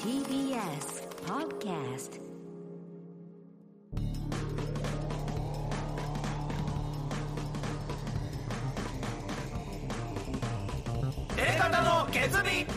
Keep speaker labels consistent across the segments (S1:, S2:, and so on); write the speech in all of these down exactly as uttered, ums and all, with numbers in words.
S1: ティービーエス Podcast。
S2: A型の決意。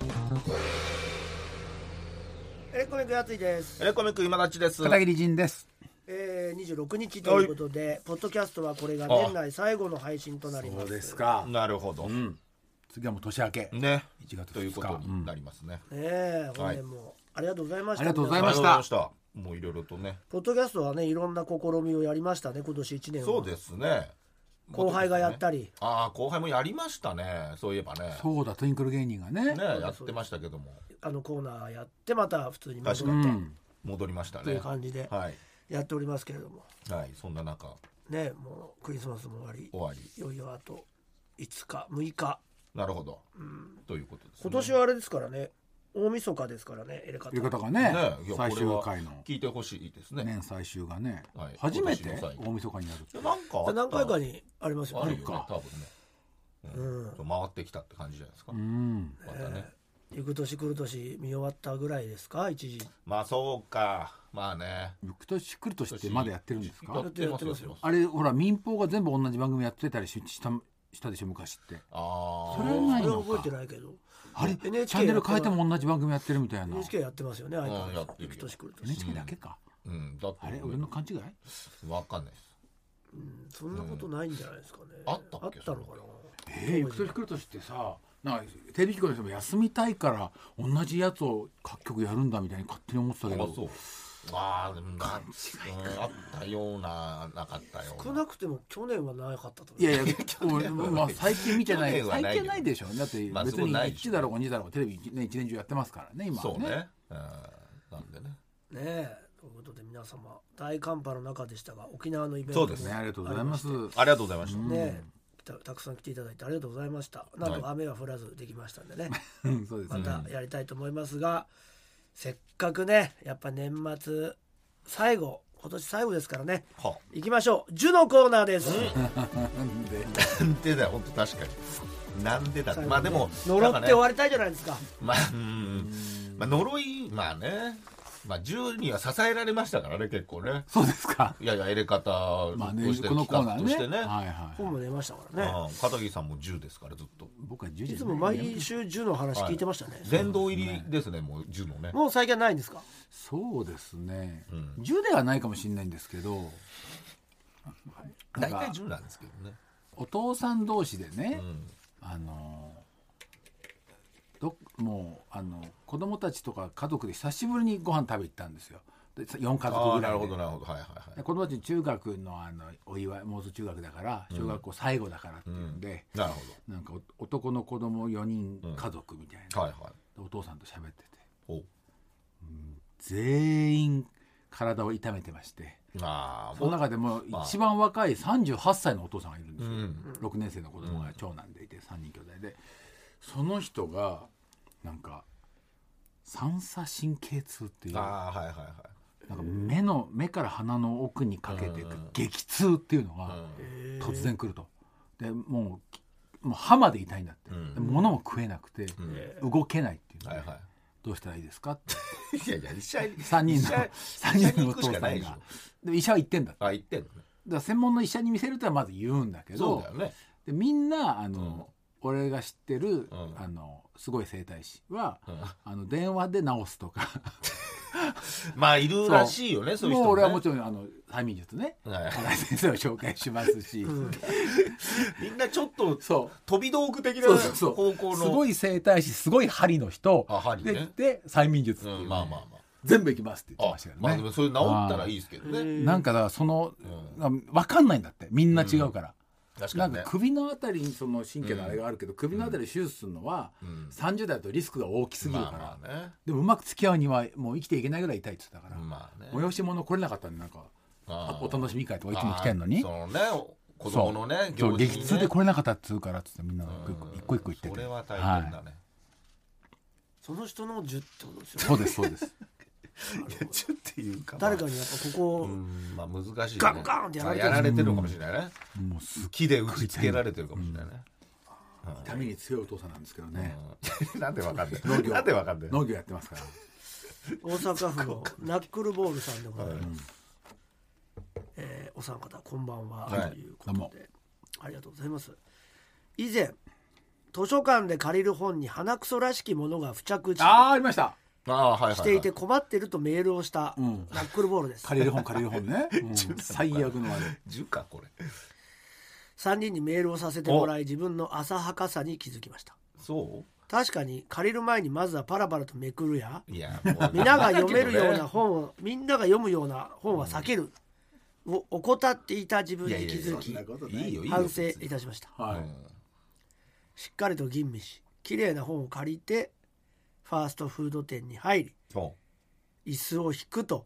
S3: エレコミックやついです。
S2: エレコミック今立ちです。
S4: 片桐仁です。
S3: えー、にじゅうろくにちということで、はい、ポッドキャストはこれが年内最後の配信となります。
S4: そうですか。
S2: なるほど、うん、
S4: 次はもう年明け
S2: ね、
S4: いちがつ
S2: ということになりますね。
S3: うん、ねえ、本年もありがとうございました。
S4: ありがとうございました。
S2: したもういろいろとね、
S3: ポッドキャストはね、いろんな試みをやりましたね、今年いちねんは。
S2: そうですね。
S3: 後輩がやったり、ね、
S2: ああ後輩もやりましたね。そういえばね。
S4: そうだ、トゥインクル芸人がね、
S2: ねやってましたけども、
S3: あのコーナーやってまた普通に戻って、うん、
S2: 戻りましたね
S3: という感じでやっておりますけれども、
S2: はい、はい、そんな中
S3: ね、もうクリスマスも終わり、
S2: 終わり、
S3: いよいよあといつかむいか。
S2: なるほど、
S3: うん、
S2: ということですね。
S3: 今年はあれですからね、大晦日ですからね、エレカタ
S4: がね、
S2: ね、
S4: 最終回の
S2: 聞いてほしいですね。
S4: 年最終がね、はい、初めて大晦日になるって。
S2: なんか
S3: 何回かにありますよね。
S2: あるよね、多分ね、うんうん、回ってきたって感じじゃないですか。うん、またね、
S3: 行く年来る年見終わったぐらいですか、一時。
S2: まあそうか、まあね、
S4: 行く年来る年ってまだやってるんですか。
S2: やってますよ。
S4: あれほら、民放が全部同じ番組やってたりしたしたでしょ昔って。
S2: ああ、
S3: それはないのか。それは覚えてないけど、
S4: あれ エヌエイチケー チャンネル変えても同じ番組やってるみたいな。
S3: エヌエイチケー やってますよね、相変わらず。
S2: やってるよ。
S3: 行く年来る年
S4: エヌエイチケー だけか、
S2: うん、だって
S4: あれ俺の勘違い
S2: わかんないです、
S3: うん、そんなことないんじゃないですかね、
S2: うん、あったっけ。
S3: あったのかな。
S4: えー、行く年来る年ってさ、なんかテレビ局の人も休みたいから同じやつを各局やるんだみたいに勝手に思ってたけど。
S2: あ、そう。ああ、でもな、うん、あったような、なかったような。
S3: 少なくても去年はなかったと思う。
S4: いやいや、まあ、最近見てない。最近ないでしょ。だって別にいちだろうがにだろうがテレビね一年中やってますからね、今はね。
S2: そうね。うん、なんでね。
S3: ねえ、ということで皆様大寒波の中でしたが、沖縄のイベント、
S2: そうですね、
S4: ありがとうございます。
S2: ありがとうございました。
S3: ね、た, たくさん来ていただいてありがとうございました。なんと雨は降らずできましたんでね、
S4: はい、そうですね、
S3: またやりたいと思いますが、せっかくね、やっぱ年末最後、今年最後ですからね、はあ、行きましょう。ジュのコーナーです。
S2: なんでなんでだよ、本当確かになんでだ、ね、まあでも
S3: 呪って終わりたいじゃないですか。
S2: まあ、うん、まあ、呪い、まあね、まあ、じゅうには支えられましたからね、結構ね。
S4: そうですか。
S2: いやいや、入れ方として、企画としてね、はい
S3: はい、本も出ましたからね。
S2: 片桐さんもじゅうですから、ずっと。
S4: 僕はじゅう
S3: いつも毎週じゅうの話聞いてましたね。
S2: 殿堂入りですね、もうじゅうのね。
S3: もう最近はないんですか。
S4: そうですね、うん、じゅうではないかもしれないんですけど、
S2: 大体じゅうなんですけどね。
S4: お父さん同士でね、うん、あのどもうあの子供たちとか家族で久しぶりにご飯食べ行ったんですよ。でよんかぞくぐらいで。なるほどなるほど、はいはいはい。子供たち中学のあのお祝い、もうすぐ中学だから小学校最後だからっていうんで、うん、なるほど、なんか男の子供よにん家族みたいな、うん、はいはい、お父さんと喋ってて、お、うん、全員体を痛めてまして、あ、その中でも一番若いさんじゅうはっさいのお父さんがいるんですよ、うん、ろくねん生の子供が長男でいてさんにん兄弟で、その人がなんか三叉神経痛っていう、あ、はいはいはい、なんか目の目から鼻の奥にかけて激痛っていうのが突然来ると。でもう、もう歯まで痛いんだって、うん、物も食えなくて、うん、動けないっていうので、はいはい、どうしたらいいですかっていやいや、医者さんにんのさんにんのお父さんがで医者は言ってんだって。あ、言ってんのね。だから専門の医者に見せるとはまず言うんだけど、そうだよね。でみんなあの、うん、俺が知ってる、うん、あのすごい整体師は、うん、あの電話で治すとか
S2: まあいるらしいよね、そういう人もね。もう
S4: 俺はもちろんあの催眠術ね、はい、新井先生を紹介しますし、うん、
S2: みんなちょっと飛び道具的な方向の
S4: すごい整体師、すごい針の人、あ、針ね、で, で催眠術っていう、ね、うん、まあまあまあ全部行きますって言ってましたよね。
S2: まあでもそれ治ったらいいですけどね。
S4: なんかだからその、うん、分かんないんだって、みんな違うから、うん確かにね、なんか首のあたりにその神経のあれがあるけど、うん、首のあたりで手術するのは、うん、さんじゅう代だとリスクが大きすぎるから、まあまあね、でもうまく付き合うにはもう生きていけないぐらい痛いって言ってたから、まあね、催し物来れなかったんで、なんかお楽しみ会とかいつも来てんのに、
S2: そのね、子供のね
S4: 行事にね、激痛で来れなかったっつうからっつってみんな一個一個言ってて、
S2: それは大変だね、はい、
S3: その人のじゅってことですよね。
S4: そうですそうです
S2: いやちょっていうか、
S3: 誰かにやっぱここを、
S2: まあ、難しいね、
S3: ガンガンってやられてる、
S2: やられてるのかもしれないね、もう木で打ちつけられてるかもしれないね、
S4: うん、痛みに強いお父さんなんですけどね、
S2: うん、なんでわかんない農業
S4: なんでわかんない農業やってますから
S3: 大阪府のナックルボールさんでございます、えー、お三方こんばんは、はい、ということでありがとうございます。以前図書館で借りる本に鼻くそらしきものが付着して
S4: あありました
S3: していて困ってるとメールをしたナックルボールです、
S4: うん、借りる本借りる本ね、うん、最悪のあれ
S2: じゅうかこれ
S3: さんにんにメールをさせてもらい自分の浅はかさに気づきました。
S2: そう
S3: 確かに借りる前にまずはパラパラとめくるや、
S2: いや
S3: みんなが読めるような本をみんなが読むような本は避ける、うん、を怠っていた自分に気づき反省いたしました。はい、しっかりと吟味し綺麗な本を借りてファーストフード店に入り椅子を引くと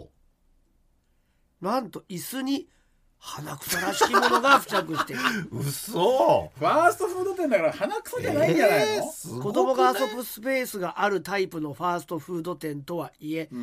S3: なんと椅子に鼻くそらしきものが付着している
S2: うそ
S4: ファーストフード店だから鼻くそじゃないんじゃないの、えー、
S3: 子供が遊ぶスペースがあるタイプのファーストフード店とはいえ、うん、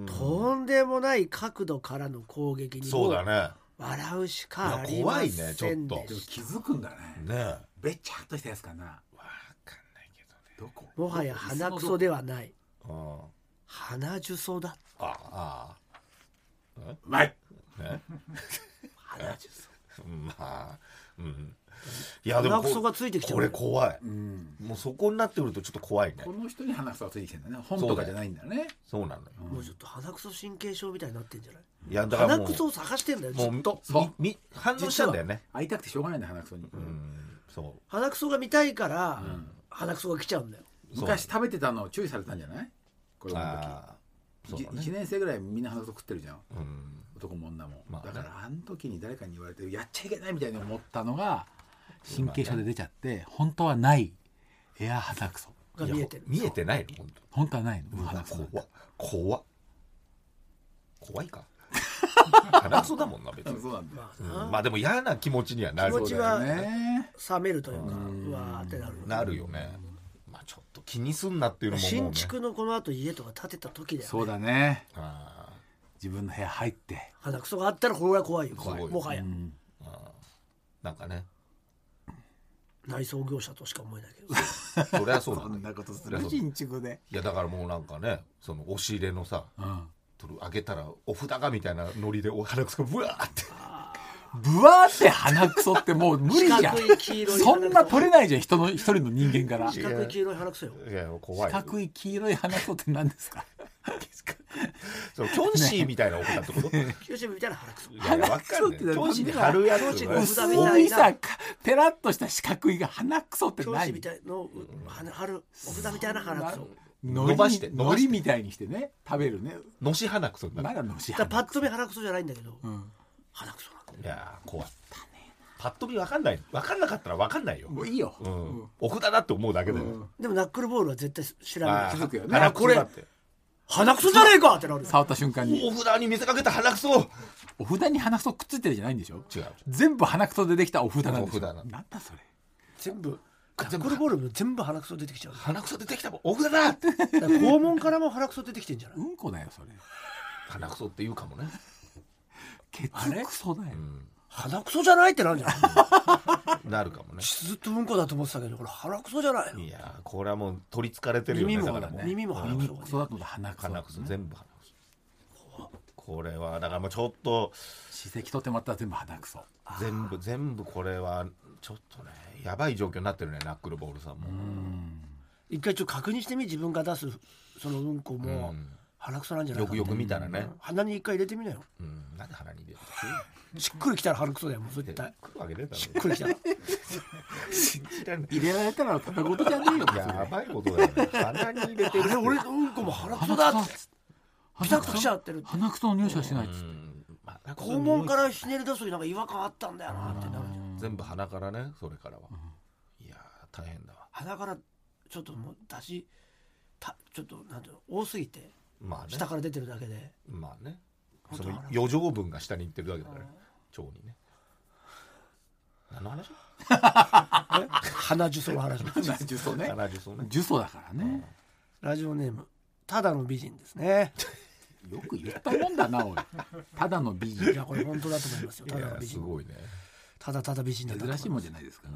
S3: とんでもない角度からの攻撃にも笑うしかありませんでした。
S2: 怖いねちょっと
S4: 気づくんだね。ねべちゃっとしたやつかな。わ
S2: かんないけどね。どこ
S3: もはや鼻くそではない鼻ジュソだ。
S2: ああ
S4: うまい
S3: ね鼻ジュソ
S2: まあうん
S3: いやでも鼻くそがついてきちゃう
S2: これ怖い、うん、もうそこになってくるとちょっと怖いね。
S4: この人に鼻くそがついてきてるんだね。本とかじゃないんだね。
S2: そうなのよ、
S3: うん、もうちょっと鼻くそ神経症みたいになってんじゃない。
S2: いやだから
S3: 鼻くそを探してんだよずっと。
S2: そうみ反応したんだよね。
S4: 会いたくてしょうがないんだ鼻くそに、
S2: うん、そう
S3: 鼻くそが見たいから、うん、鼻くそが来ちゃうんだよ。
S4: 昔食べてたのを注意されたんじゃない。子供の時、ね、いちねん生ぐらいみんな鼻くそ食ってるじゃん、うん、男も女も、まあね、だからあの時に誰かに言われてやっちゃいけないみたいに思ったのが神経症で出ちゃって、本当はないエア鼻くそ
S3: が見えてる。
S2: 見えてないの本当。
S4: 本当はないの鼻くそ。
S2: 怖怖怖いか鼻くそだもんな別に。そうなんだ、まあうん、まあでも嫌な気持ちにはなる。
S3: 気持ちはね冷めるというか、うわーってなる
S2: なるよね。まあちょっと気にすんなっていうのももう、ね、
S3: 新築のこの後家とか建てた時だよね。
S4: そうだね。あ自分の部屋入って
S3: 鼻くそがあったらこれは怖いよ。怖いもはや、うん、
S2: あなんかね
S3: 内装業者としか思えないけ
S2: どそれはそう
S4: なんだ。そんなことする新築で。
S2: いやだからもうなんかねその押し入れのさ、うん、取る開けたらお札がみたいなノリでお鼻くそがブワーって
S4: ブワーって鼻くそってもう無理じゃん。そんな取れないじゃん人の一人の人間から。
S3: 四角い黄色い鼻くそよ。
S2: いや怖い。
S4: 四角い黄色い鼻くそって何ですか。
S2: そのキョンシーみたいなお札ってこと？キ
S3: ョンシーみたいな鼻くそ。い
S2: やわかんない。キョンシーで貼るやつ。
S4: 薄いさペラッとした四角いが鼻くそって何？キョンシー
S3: みたいの貼るお札みたいな鼻くそ。
S2: 伸ばして
S4: のりみたいにしてね食べるね。
S2: のし鼻くそ
S4: まだのし
S3: 鼻くそ。パッと見鼻くそじゃないんだけど、うん、鼻くそなんだ。
S2: いや怖い。パッと見分かんない分かんなかったら分かんないよ。
S4: もういいよ、
S2: うん、お札だって思うだけだよ、うん、
S3: でもナックルボールは絶対知らない。
S4: 気づくよね。
S2: 鼻くそだって
S3: 鼻くそじゃねえかってなる。
S4: 触った瞬間に
S2: お札に見せかけた鼻くそ。
S4: お札に鼻くそくっついてるじゃないんでしょ。
S2: 違う
S4: 全部鼻くそでできたお札なんでしょ。なんだそれ。
S3: 全部ナックルボールも全部鼻くそ出てきちゃう。
S2: 鼻くそ出てきたもんお札だって
S3: 肛門からも鼻くそ出てきてんじゃない。
S4: うんこだよそれ。
S2: 鼻くそって言うかもね。
S4: ケツクソだよ、うん、
S3: 鼻くそじゃないってなんじゃない
S2: なるかもね。
S3: ずっとうんこだと思ってたけどこれ鼻くそじゃないの。
S2: いやこれはもう取りつかれてるよね。
S3: 耳も
S2: だからもう
S3: 耳も鼻くそ、
S4: 耳くそだと鼻くそ、
S2: 鼻くそ全部鼻くそ。これはだからもうちょっと
S4: 歯石取ってもらったら全部鼻くそ。
S2: 全部全部これはちょっとねやばい状況になってるねナックルボールさんも。
S3: うん一回ちょっと確認してみ。自分が出すそのうんこも、うん鼻くそなんじゃないか。
S2: よくよく見たらね、うん、鼻
S3: に一回入れてみなよ、
S2: うん、なんで鼻に入れる
S3: のしっくりきたら鼻くそだよもう絶対。
S2: 来るわけねえだろ。
S3: しっくりきたら
S2: 信じられない。
S4: 入れられたらただごとじゃねえよ。
S2: やばいことだよね。鼻に入れてる。
S3: あれ俺のうんこも鼻くそだってピタッとしちゃってるって。
S4: 鼻くその入手はしないっつって、
S3: まあ、肛門からひねり出す時なんか違和感あったんだよなってなるじゃん。
S2: 全部鼻からねそれからは、うん、いや大変だわ。
S3: 鼻からちょっともう出したちょっとなんていうの多すぎて
S2: まあね、
S3: 下から出てるだけで
S2: まあねその余剰分が下に行ってるだけだからね腸にね。何の話
S3: 鼻ジュソの話。
S4: 鼻ジュソね。
S2: 鼻ジュソね。
S4: ジュソだからね。
S3: ラジオネームただの美人ですね。
S4: よく言ったもんだなおい。ただの美人。
S3: いやこれ本当だと思いますよ。ただの美人。
S2: すごいね。
S3: ただただ美人だった。
S4: 珍しいもんじゃないですか、うん、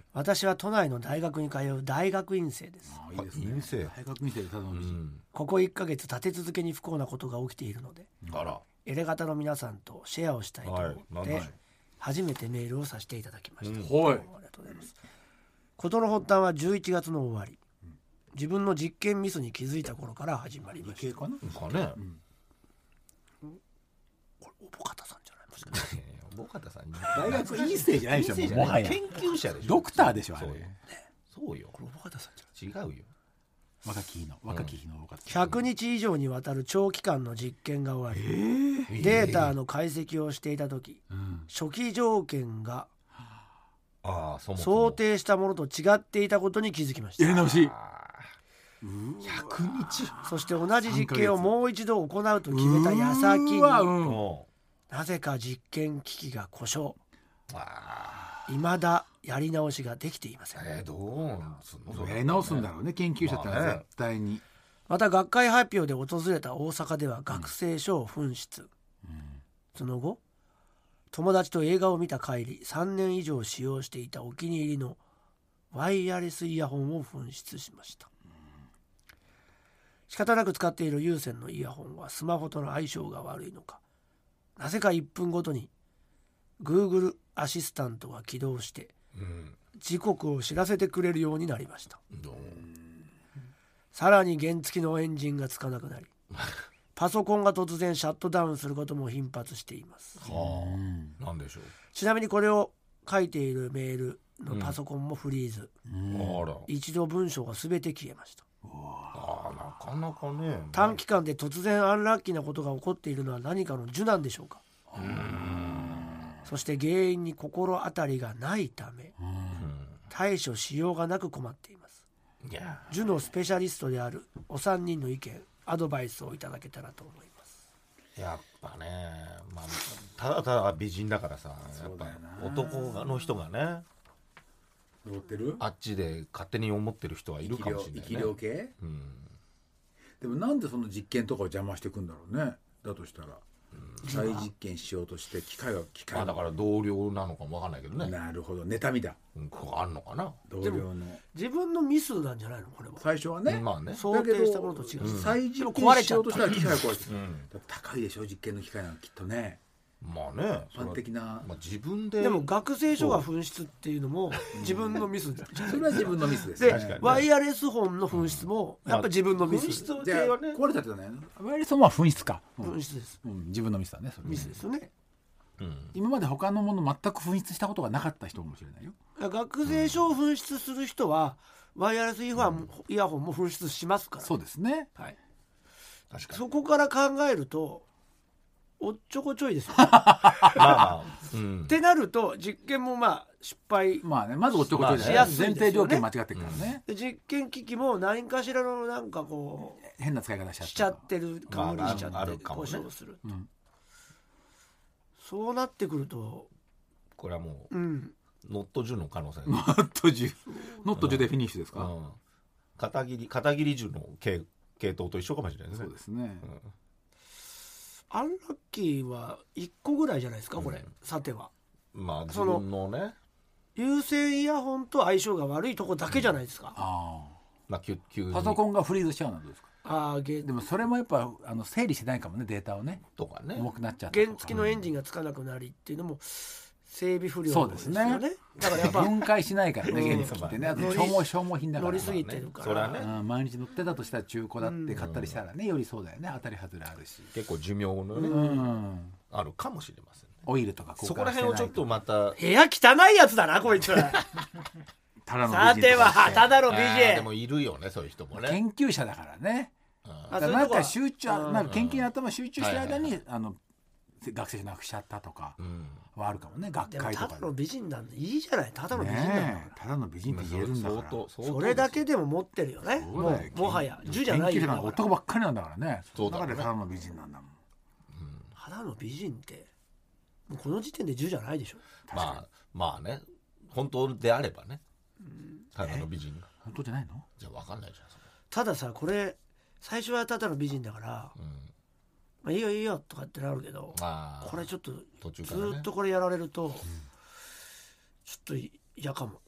S3: 私は都内の大学に通う大学院生です。
S4: あいいですね、
S2: 院生
S4: 大学院生でただの美人、うん、
S3: ここいっかげつ立て続けに不幸なことが起きているので、
S2: あら
S3: エレガタの皆さんとシェアをしたいと思って、はい、初めてメールをさせていただきました、
S4: うん、はい、
S3: ありがとうございます。事の発端はじゅういちがつの終わり、うん、自分の実験ミスに気づいた頃から始まりました。
S4: 理系かな
S2: かね、
S3: うん、これおぼかたさんじゃないですかね。
S2: おぼかたさん
S4: 大学院生じゃないでしょ、もはや
S2: 研究者でしょ、
S4: ドクターでしょあれ。
S2: そうよ、そうよ、
S3: これおぼかたさんじ
S2: ゃ違うよ、
S4: 若き日の若き日のおぼかたさん。
S3: ひゃくにち以上にわたる長期間の実験が終わり、えー、データの解析をしていた時、えー、初期条件が
S2: ああそもそも
S3: 想定したものと違っていたことに気づきました。
S4: やり直し。
S2: ひゃくにち。
S3: そして同じ実験をもう一度行うと決めた矢先に、うんなぜか実験機器が故障。未だやり直しができていません。
S2: えー、どうすんの？
S4: やり直すんだろうね、研究者ってのは絶対に。
S3: また学会発表で訪れた大阪では学生証を紛失、うん、その後友達と映画を見た帰り、さんねん以上使用していたお気に入りのワイヤレスイヤホンを紛失しました、うん、仕方なく使っている有線のイヤホンはスマホとの相性が悪いのか、なぜかいっぷんごとに Google アシスタントが起動して、うん、時刻を知らせてくれるようになりました、うん、さらに原付のエンジンがつかなくなりパソコンが突然シャットダウンすることも頻発しています。
S2: はあ、なんでしょう。
S3: ちなみにこれを書いているメールのパソコンもフリーズ、うん、一度文章が全て消えました。
S2: あなかなかね、
S3: 短期間で突然アンラッキーなことが起こっているのは何かの呪なんでしょうか。うーん、そして原因に心当たりがないため、うん、対処しようがなく困っています。いや呪のスペシャリストであるお三人の意見アドバイスをいただけたらと思います。
S2: やっぱね、まあ、ただただ美人だからさ、やっぱ男の人がね
S4: ってる
S2: あっちで勝手に思ってる人はいるかもしれないね。
S4: 生き量系、うん、でもなんでその実験とかを邪魔していくんだろうね。だとしたら、うん、再実験しようとして機械は機械は、
S2: まあ、だから同僚なのかも分かんないけどね。
S4: なるほど、妬みだ、
S2: うん、ここあんのかな。
S4: 同僚の
S3: 自分のミスなんじゃないのこれは。
S4: 最初はね、
S2: うん、まあね、
S3: 想定したものと違う、
S4: うん、再実験しようとしたら機械が壊れて、うん、だって高いでしょ実験の機械なんかきっとね。
S2: まあね、
S4: 一般的な、
S2: まあ、自分で
S3: でも学生証が紛失っていうのも自分のミスじゃ
S4: それは自分のミスです。
S3: で、ね、ワイヤレス本の紛失もやっぱ自分のミス、
S2: 紛失系はね、
S4: 壊れたってね、ワイヤレス本は紛失か、
S3: うん、紛失です、
S4: うん、自分のミスだね、それ
S3: ミスですよね、
S4: うん、今まで他のもの全く紛失したことがなかった人かもしれないよ。
S3: 学生証を紛失する人はワイヤレスイヤホン、うん、イヤホンも紛失しますから、ね、
S4: そうですね、
S3: はい、
S2: 確かに
S3: そこから考えるとおっちょこちょいですよ
S2: まあまあ、うん、
S3: ってなると実験もまあ失敗、
S4: まあね、まずおっちょこちょい
S3: しやすいですよね。
S4: 前提条件間違ってるからね、
S3: うん、で実験機器も何かしらのなんかこう
S4: 変な使い方しちゃって
S3: しちゃってるか無理しちゃって、まあ、故障する、うん、そうなってくると
S2: これはもう、うん、ノットジュの可能性
S4: ノットジュノットジュでフィニッシュですか、うん、
S2: 片桐片桐ジュの系系統と一緒かもしれないですね。
S4: そうですね、うん
S3: アンラッキーはいっこぐらいじゃないですかこれ、うん、さては
S2: まあ自分のね
S3: 有線イヤホンと相性が悪いとこだけじゃないですか、うん、
S4: あ、
S2: まあ、急急に
S4: パソコンがフリーズしちゃうのはどうですか。
S3: あ
S4: でもそれもやっぱあの整理してないかもね、データをね
S2: とかね、
S4: 重くなっちゃったとか、
S3: 原付のエンジンがつかなくなりっていうのも整備不良ですよね。そうですね、だからやっぱ
S4: 分解しないからね原付ってね、あと消耗消耗品だから
S3: 乗りすぎてるから、
S2: それはね、
S4: うん、毎日乗ってたとしたら中古だって買ったりしたらね、よりそうだよね、当たり外れあるし
S2: 結構寿命のね、うん、あるかもしれませんね。
S4: オイルとか
S2: そこら辺をちょっとまた
S3: 部屋汚いやつだなこいつさてはただの美人
S2: でもいるよね、そういう人もね、
S4: 研究者だからね、だからなんか集中、なんか研究に頭集中してる間に、はいはいはい、あの学生じゃなくしちゃったとかはあるかもね、うん、学会とかで。
S3: でもただの美人なんでいいじゃない、ただの美人なんだから、ね、
S4: ただの美人って言えるんだから、
S3: それだけでも持ってるよね。もうもはや樹じゃないよ、
S4: 研究者なんか男ばっかりなんだからね、その中でただの美人なんだもん、
S3: うん、ただの美人ってもうこの時点で樹じゃないでしょ。
S2: まあまあね、本当であればね、うん、ただの美人が
S4: 本当じゃないの
S2: じゃ分かんないじゃん。
S3: たださ、これ最初はただの美人だから、うん、まあ、いいよいいよとかってなるけど、これちょっとずっとこれやられると、うん、ちょっと嫌かも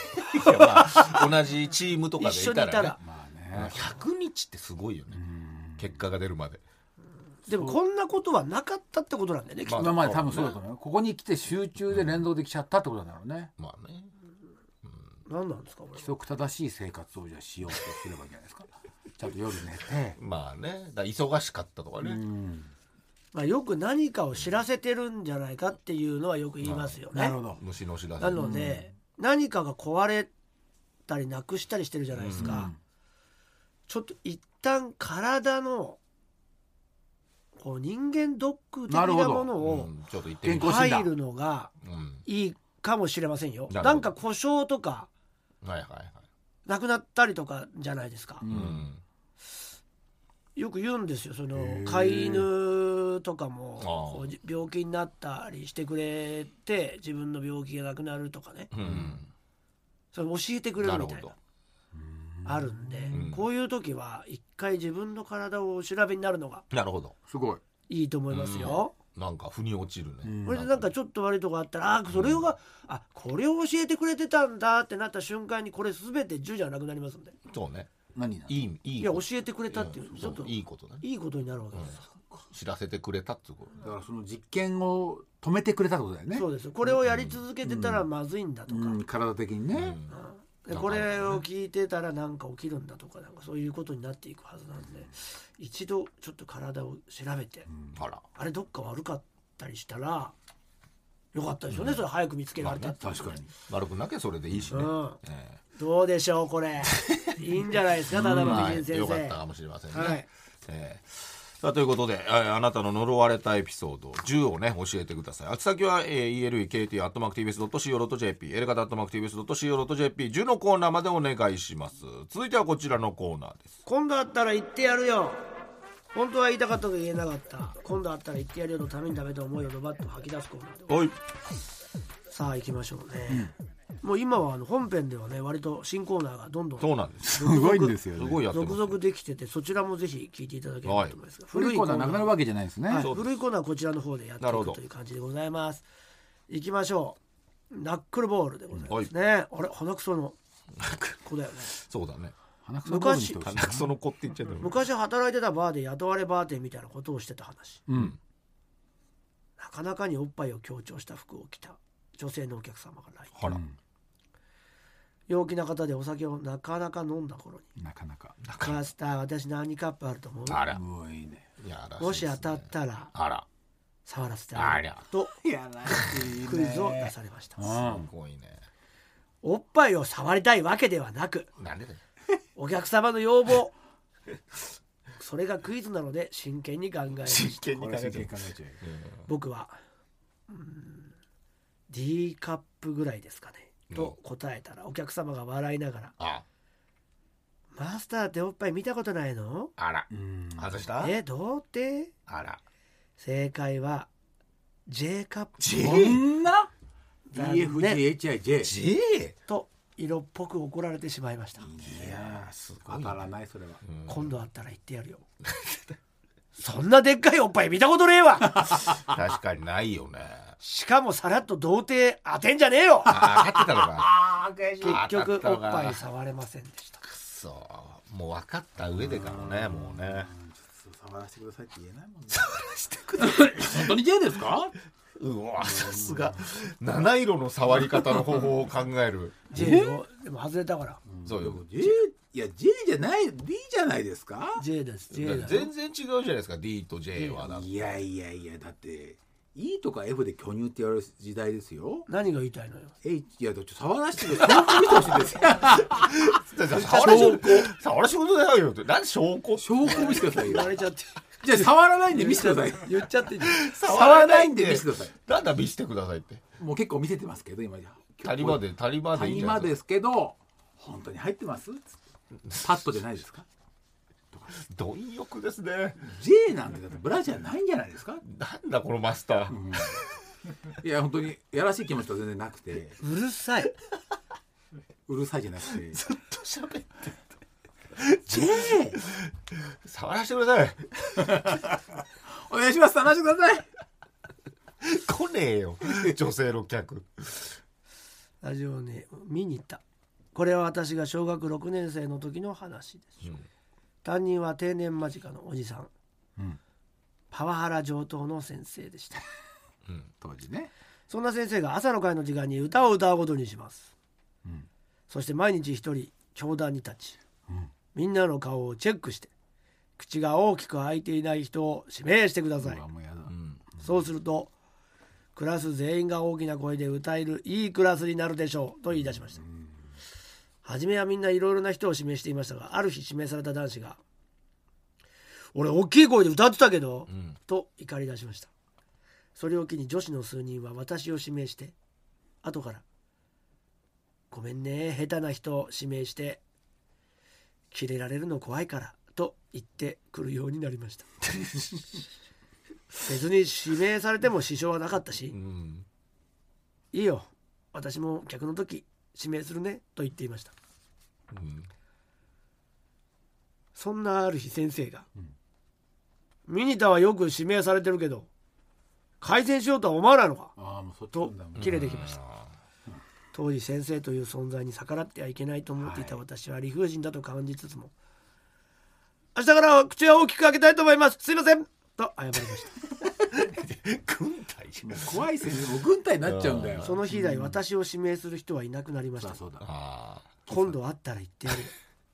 S2: いや、まあ、同じチームとかでいたら、ね、
S3: 一緒にいたら、
S4: まあね、
S2: ひゃくにちってすごいよね、結果が出るまで。
S3: でもこんなことはなかったってことなんだよね、
S4: まあ、今まで多分そうだと思うよ。ここに来て集中で連動できちゃったってことなんだろうね。
S2: まあね、
S3: うん、何なんですかこれ。
S4: 規則正しい生活をじゃあしようとすればいいんじゃないですか。ちゃんと夜寝て、
S2: まあね、だ忙しかったとかね、
S3: まあ、よく何かを知らせてるんじゃないかっていうのはよく言いますよね。
S4: なるほど。
S2: 虫の知らせ。
S3: なので、うん、何かが壊れたりなくしたりしてるじゃないですか、うん、ちょっと一旦体のこう人間ドック的なものを入るのがいいかもしれませんよ。なんか故障とかなくなったりとかじゃないですか、うん、よく言うんですよ。その飼い犬とかもこう病気になったりしてくれて自分の病気がなくなるとかね、うん、それ教えてくれるみたいなあるんで、うん、こういう時は一回自分の体をお調べになるのが
S2: なるほど、
S4: すごい
S3: いいと思いますよ、
S2: うん、なんか腑に落ちるね、うん、
S3: これでなんかちょっと悪いとこあったら、あそれが、うん、あこれを教えてくれてたんだってなった瞬間にこれ全てじゅじゃなくなりますんで。
S2: そうね、
S4: 何
S2: いいいい
S3: いや教えてくれたっていう、
S2: い
S3: ちょっと
S2: いいことね、
S3: いいことになるわけです、
S2: うん、知らせてくれたってこと
S4: だからその実験を止めてくれたってことだよね。
S3: そうです。これをやり続けてたらまずいんだとか、
S4: うんうん、体的にね、うん
S3: でこれを聞いてたらなんか起きるんだとか、なんかそういうことになっていくはずなんで、一度ちょっと体を調べて、うん、あらあれどっか悪かったりしたらよかったですよね、うん、それ早く見つけられたって、
S2: まあね、確かに悪くなきゃそれでいいしね、うん
S3: えー、どうでしょうこれいいんじゃないですか忠野先生、
S2: よかったかもしれませんね、
S3: はい
S2: えーさあということで、あなたの呪われたエピソードじゅうをね教えてください。あち先は、えー、イーエルイーケーティー アットマーク ティービーエス ドット シーオー ドット ジェーピー エレガタ アットマーク ティービーエス ドット シーオー ドット ジェーピー じゅうのコーナーまでお願いします。続いてはこちらのコーナーです。
S3: 今度あったら言ってやるよ。本当は言いたかったと言えなかった。今度あったら言ってやるよのために食べた思いをドバッと吐き出すコーナーで。
S2: はい。
S3: さあ行きましょうね、うん、もう今はあの本編ではね割と新コーナーがどんどん
S2: そうなんです
S4: すごいんですよね。
S2: すごいやってます。
S3: 続々できてて、そちらもぜひ聞いていただければと思いますが、
S4: はい、古いコーナーなくなるわけじゃないですね、
S3: はい、古いコーナーはこちらの方でやっていくという感じでございます。行きましょう。ナックルボールでございますね、はい、あれ鼻くその子だよね
S2: そうだね、
S4: 鼻くその子
S2: 昔鼻くその子って言っちゃう。
S3: 昔働いてたバーで雇われバーテンみたいなことをしてた話、うん、なかなかにおっぱいを強調した服を着た女性のお客様が来店、うん、陽気な方でお酒をなかなか飲んだ頃に
S4: なかなか
S3: マスター私何カップあると思う？
S2: あら
S4: もういいね。
S3: もし当たったら
S2: あら
S3: 触らせてあげるとクイズを出されました。
S2: すごいね。
S3: おっぱいを触りたいわけではなく、
S2: なんでだよ
S3: お客様の要望それがクイズなので真剣に考えました。
S2: 真剣に考えちゃう。
S3: 僕はうーん D カップぐらいですかねと答えたら、お客様が笑いながら、ああマスターっておっぱい見たことないの？
S2: あら、うん外した
S3: えどうって？
S2: あら
S3: 正解は J カップ。
S2: J？
S4: こんな ディーエフジーエイチアイジェー
S2: J
S3: と色っぽく怒られてしまいました。い
S2: やすごい、
S4: 当たらないそれは、
S3: うん、今度あったら言ってやるよそんなでっかいおっぱい見たことねえわ
S2: 確かにないよね。
S3: しかもさらっと童貞当てんじゃねえよ。
S2: あ当たってたのか
S3: あ結局おっぱい触れませんでした。
S2: くそもう分かった上でからねもうね
S4: 触らせてくださいって言えないもんね。
S2: 触らせてください
S4: 本当に J ですか？
S2: うわさすが七色の触り方の方法を考える
S3: J をでも外れたから、
S2: うん、そうよ
S4: J いや J じゃない D じゃないですか？
S3: J です J だ
S2: 全然違うじゃないですか D と J は。
S4: いやいやいやだって E とか F で巨乳って言われる時代ですよ。
S3: 何が言いたいのよ。
S4: H いやだって触らせてください。見てほしいですよ
S2: 触らせてくださいよって何証拠
S4: 証拠見せてくださいよ。
S3: 言われちゃって
S4: じゃあ触らないんで見せてください。
S3: 言っちゃって
S4: 触らないんで見せてください。
S2: なんだ見せてくださいって。
S4: もう結構見せてますけど今
S2: 谷間で谷間でいいんじゃない
S4: ですか。谷間ですけど本当に入ってます？パッドじゃないですか？
S2: 貪欲ですね。
S4: J なんてだってブラジャーないんじゃないですか？
S2: なんだこのマスター、うん、
S4: いや本当にやらしい気持ちは全然なくて
S3: うるさいう
S4: るさいじゃなくて
S2: ずっと喋って
S3: J
S2: 触らせてください
S4: お願いします。触らせてください
S2: 来ねえよ女性の客。
S3: ラジオね見に行ったこれは私が小学ろくねん生の時の話です、うん、担任は定年間近のおじさん、うん、パワハラ上等の先生でした、
S4: うん、当時ね。
S3: そんな先生が朝の会の時間に歌を歌うことにします、うん、そして毎日一人教壇に立ち、うん、みんなの顔をチェックして口が大きく開いていない人を指名してください、うん、そうするとクラス全員が大きな声で歌えるいいクラスになるでしょうと言い出しました、うん、初めはみんないろいろな人を指名していましたが、ある日指名された男子が俺大きい声で歌ってたけど、うん、と怒り出しました。それを機に女子の数人は私を指名して後からごめんね下手な人を指名してキレられるの怖いからと言ってくるようになりました別に指名されても支障はなかったし、うん、いいよ私も客の時指名するねと言っていました、うん、そんなある日先生が、うん、ミニタはよく指名されてるけど改善しようとは思わないのかあもうそっちと切れてきました、うん、当時先生という存在に逆らってはいけないと思っていた私は理不尽だと感じつつも、はい、明日からは口は大きく開けたいと思いますすいませんと謝りました
S2: 軍隊
S4: 怖い先生も軍隊になっちゃうんだよ。
S3: その日以来私を指名する人はいなくなりました。そうだそうだあ今度会ったら言ってやる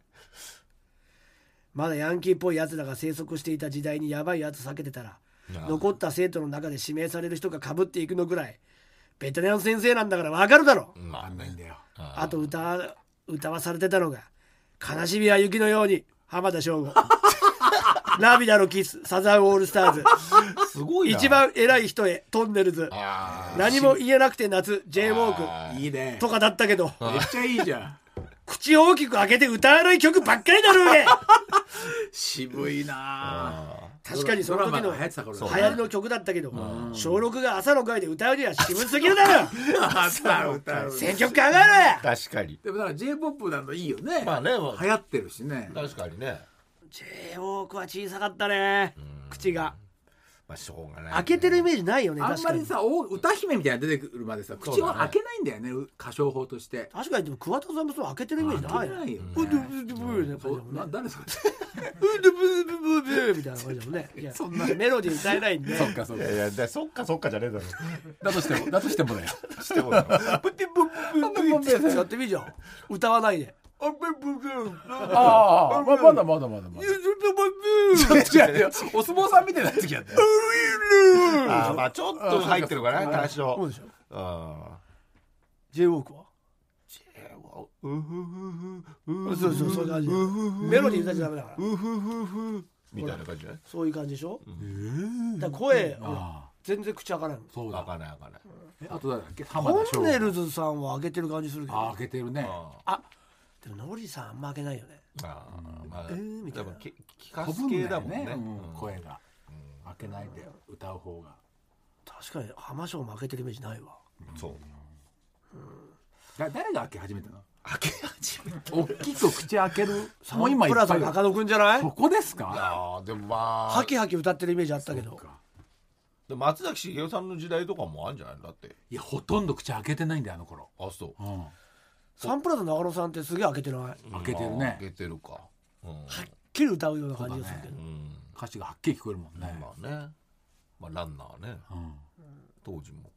S3: まだヤンキーっぽいやつらが生息していた時代にやばいやつ避けてたら残った生徒の中で指名される人が被っていくのぐらいベテラン先生なんだから分かるだろう、うん、分かんないんだよ。あ, あと 歌, 歌わされてたのが悲しみは雪のように浜田省吾涙のキスサザンオールスターズすごいな一番偉い人へトンネルズ何も言えなくて夏 J ウォークいいねとかだったけど
S4: めっちゃいいじゃん
S3: 口を大きく開けて歌わない曲ばっかりだろうね
S4: 渋いな
S3: 確かにその時の流行りの曲だったけど小ろくが朝の会で歌うには渋すぎるだろ朝歌う選曲考えろや
S2: 確かに
S4: でもだから J-ポップ なんのいいよねまあね流行ってるしね
S2: 確かにね
S3: J ウォークは小さかったね口が
S2: まあしょうがない、ね、
S3: 開けてるイメージないよね。
S4: あんまりさ歌姫みたいなの出てくるまでさ口を開けないんだよね歌唱法として。
S3: 確かにでも桑田さんもそう開けてるイメージないよね。うどぶどぶ
S4: ね。誰それ？
S3: うどぶどぶぶみたいな感じだもんね。いやそんなメロディー歌えないんで。
S2: そっかそっか。いやいやそっかそっかじゃねえだろ。
S4: だとしてもだとしてもだよ。
S2: してもだよ。
S3: ブテブブブブやってみじゃん。歌わないで。
S4: ああまだまだまだまだ。違うよ。お相撲さんみたいな時やったよ。
S2: あまあちょっと入ってるかな多少。
S3: そうでしょ。ああ。J ウォークは
S2: ？J ウォーク。
S3: そうそうそういう感じ。メロディー歌っちゃダメだから。
S2: みたいな感じね。
S3: そういう感じでしょ。だ声全然口開かないもん。
S2: そうだ開かない開かない。
S4: えあと誰だっけ？
S3: トンネルズさんは開けてる感じするけど。
S4: あ開けてるね。
S3: あでもノリさんあんま開けないよね。あ
S2: あまあええみたいな。聞かす系だもんね。
S4: 声が開けないで歌う方が。
S3: 確かに浜省も開けてるイメージないわ。
S2: そう。
S4: 誰が開け始めたの？
S2: 開け始めた。
S4: 大きく口開ける。
S3: もう今プラザ中野くんじゃない？
S4: そこですか？
S2: ああでもまあ。
S3: ハキハキ歌ってるイメージあったけど。
S2: で松崎しげるさんの時代とかもあるんじゃないんだって。
S4: いやほとんど口開けてないんだよあの頃。
S2: あそう。
S3: うん。サンプラザ中野さんってすげえ開けてない？
S4: 開けてるね。
S2: 開けてるか。
S3: はっきり歌うような感じがするけど。
S4: 歌詞がはっきり聞こえるもんね。
S2: まあね。まあランナーね。当時も。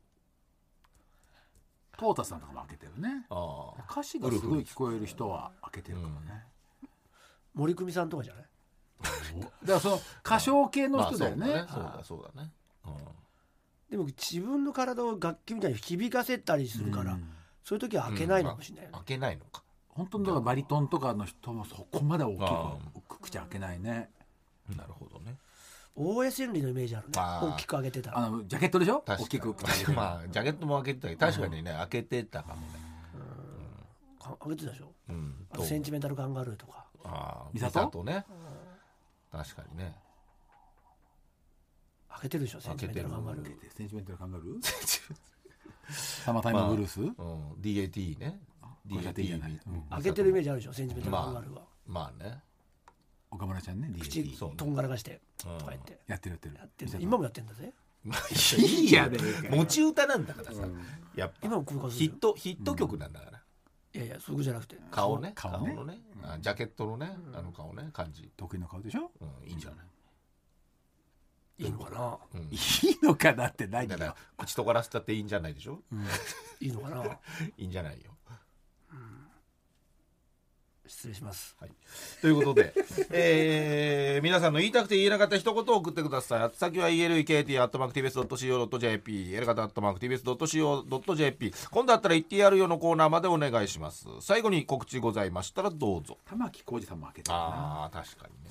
S4: トータさんとかも開けてるね。歌詞がすごい聞こえる人は開けてるかもね。
S3: 森久美さんとかじゃない？
S4: だからその歌唱系の人だよね。
S2: そうだそうだね。
S3: でも自分の体を楽器みたいに響かせたりするから。そういう時は開けないのかもしれない、ね
S2: うんまあ、開けないのか
S4: 本当にだからバリトンとかの人もそこまで大きく口開けないね。
S2: なるほどね。
S3: 大江千里のイメージあるね。大きく開けてた
S4: あのジャケットでしょ。大きく
S2: まあジャケットも開けてたけど確かにね、うん、開けてたかもね、
S3: うん、開けてたでしょ、うん、あとセンチメンタルカンガルーとか
S2: ああミサトね、うん、確かにね
S3: 開けてるでしょセンチメンタルカンガルー。
S4: センチメンタルカンガルーサマータイムブルース、まあ
S2: うん、ディーエーティー ね ディーエーティー じゃない、
S3: うん、開けてるイメージあるでしょセンチメンタルカンガルーは。
S2: まあ、まあね
S4: 岡村ちゃんね
S3: 口とんがらかしてとか言って、うん、
S4: やってるやってる
S3: やってる今もやってんだぜ。
S2: いいやね持ち歌なんだからさ、うん、やっぱ
S3: 今も
S2: ヒットヒット曲なんだから、
S3: いいやいやそういうじゃなくて
S2: 顔ね
S4: 顔ね
S2: 顔のね、うん、ジャケットのね、うん、あの顔ね感じ
S4: 得意な顔でしょ、
S2: うん、いいんじゃない、
S3: いいのかな、
S2: うん、
S4: いいのかなって何
S2: だから口とがらせたっていいんじゃないでしょ、うん、
S3: いいのかな
S2: いいんじゃないよ、
S3: うん、失礼します、
S2: はい、ということで、えー、皆さんの言いたくて言えなかった一言を送ってください。あつ先は イーエルイーケーティー アットマーク ティービーエス ドット シーオー ドット ジェーピー エルカタ アットマーク ティービーエス ドット シーオー ドット ジェーピー 今度あったら言ってやるよのコーナーまでお願いします。最後に告知ございましたらどうぞ。
S4: 玉置浩二さんも開けてるな。
S2: あー確かにね、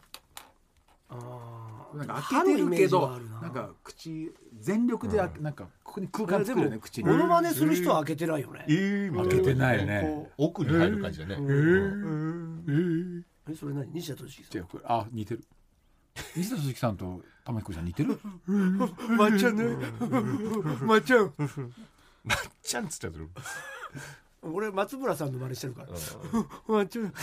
S3: あ
S4: なんか開けてるけどなんか口全力で、うん、なんかここに空間作るよね口に。
S3: モノマネする人は開けてないよね、
S4: えー、開けてないね。
S2: 奥に入る感じだね。えー、え
S3: ー、えー、えそれ何西田敏行さん。
S4: あ似てる。西田敏行さんと玉置浩二さん似てる。
S3: まっちゃんね。まっちゃん。
S2: まっちゃんっつっちゃってる。
S3: 俺松村さんの真似してるから。まっちゃん。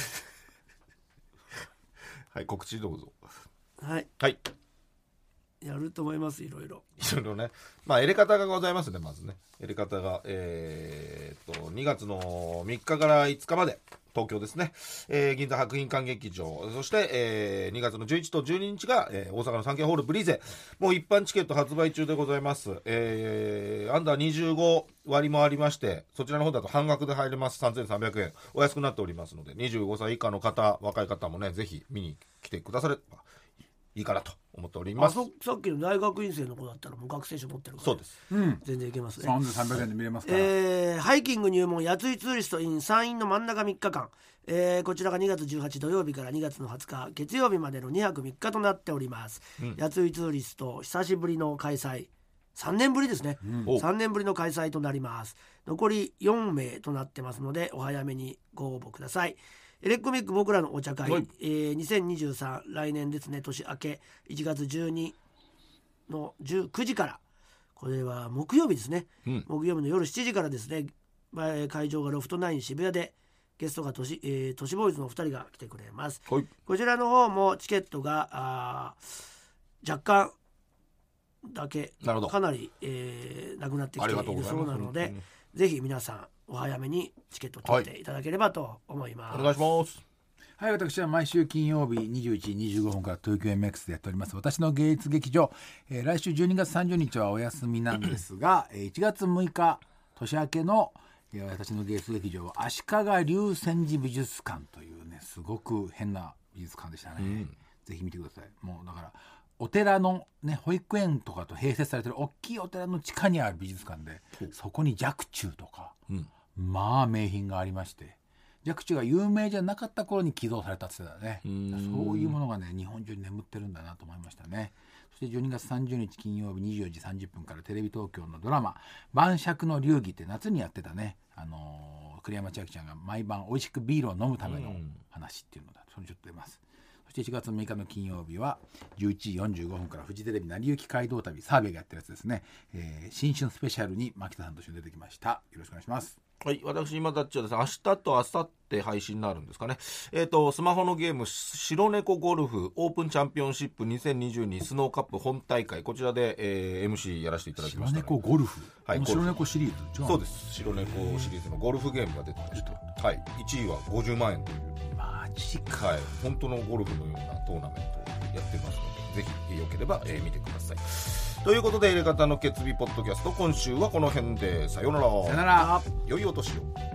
S2: はい告知どうぞ。
S3: はい、
S2: はい、
S3: やると思います。いろいろ
S2: いろいろね。まあエレカタがございますね。まずねエレカタがえー、っとにがつのみっかからいつかまで東京ですね、えー、銀座博品館劇場、そして、えー、にがつのじゅういちとじゅうににちが、えー、大阪のサンケイホールブリーゼ。もう一般チケット発売中でございます。えー、アンダーにじゅうご割もありまして、そちらの方だと半額で入れます。さんぜんさんびゃくえんお安くなっておりますので、にじゅうごさい以下の方若い方もねぜひ見に来てくださればいいかなと思っております。
S3: あそさっきの大学院生の子だったらもう学生証持ってるから、
S2: そうです、
S3: うん、全然いけますね。
S4: さんぜんさんびゃくえんで見れますから、
S3: えー、ハイキング入門やついツーリスト in 山陰の真ん中みっかかん、えー、こちらがにがつじゅうはち土曜日からにがつのはつか月曜日までのにはくみっかとなっております、うん、やついツーリスト久しぶりの開催、さんねんぶりですね、うん、さんねんぶりの開催となります。残りよんめいとなってますのでお早めにご応募ください。エレコミック僕らのお茶会、はい、えー、にせんにじゅうさん来年ですね、年明けいちがつじゅうにのじゅうくじから、これは木曜日ですね、うん、木曜日の夜しちじからですね、会場がロフトナイン渋谷でゲストが都市、えー、都市ボーイズのお二人が来てくれます、はい、こちらの方もチケットがあ若干だけかなり、えー、なくなってきているそうなので、ぜひ皆さんお早めにチケット取っていただければと思います、
S2: はい、お願いします。
S4: はい、私は毎週金曜日にじゅういちじにじゅうごふんから東京 エムエックス でやっております私の芸術劇場、えー、来週じゅうにがつさんじゅうにちはお休みなんですがいちがつむいか年明けの、えー、私の芸術劇場は足利龍泉寺美術館というねすごく変な美術館でしたね、うん、ぜひ見てください。もうだからお寺のね保育園とかと併設されてる大きいお寺の地下にある美術館で、そこに若冲とか、うん、まあ名品がありまして、若冲が有名じゃなかった頃に寄贈されたって言ってたね。そういうものがね日本中に眠ってるんだなと思いましたね。そしてじゅうにがつさんじゅうにち金曜日にじゅうよじさんじゅっぷんからテレビ東京のドラマ晩酌の流儀って夏にやってたね、あのー、栗山千明ちゃんが毎晩美味しくビールを飲むための話っていうのだ、それちょっと出ます。そしていちがつむいかの金曜日はじゅういちじよんじゅうごふんからフジテレビ成り行き街道旅サーベイがやってるやつですね、えー、新春スペシャルに牧田さんと一緒に出てきました。よろしくお願いします。
S2: はい、私今たっちはですね、明日と明後日配信になるんですかね。えっ、ー、とスマホのゲーム白猫ゴルフオープンチャンピオンシップにせんにじゅうにスノーカップ本大会、こちらで、えー、エムシー やらせていただきました、ね。
S4: 白猫ゴルフ、
S2: はい、
S4: 白猫シリーズ。
S2: そうです。白猫シリーズのゴルフゲームが出てました。はい、いちいはごじゅうまんえんという。
S4: マジか。
S2: はい、本当のゴルフのようなトーナメントをやってますので、ぜひよければ、えー、見てください。ということで、エレカタの決意ポッドキャスト、今週はこの辺でさようなら。
S4: さようなら。
S2: 良いお年を。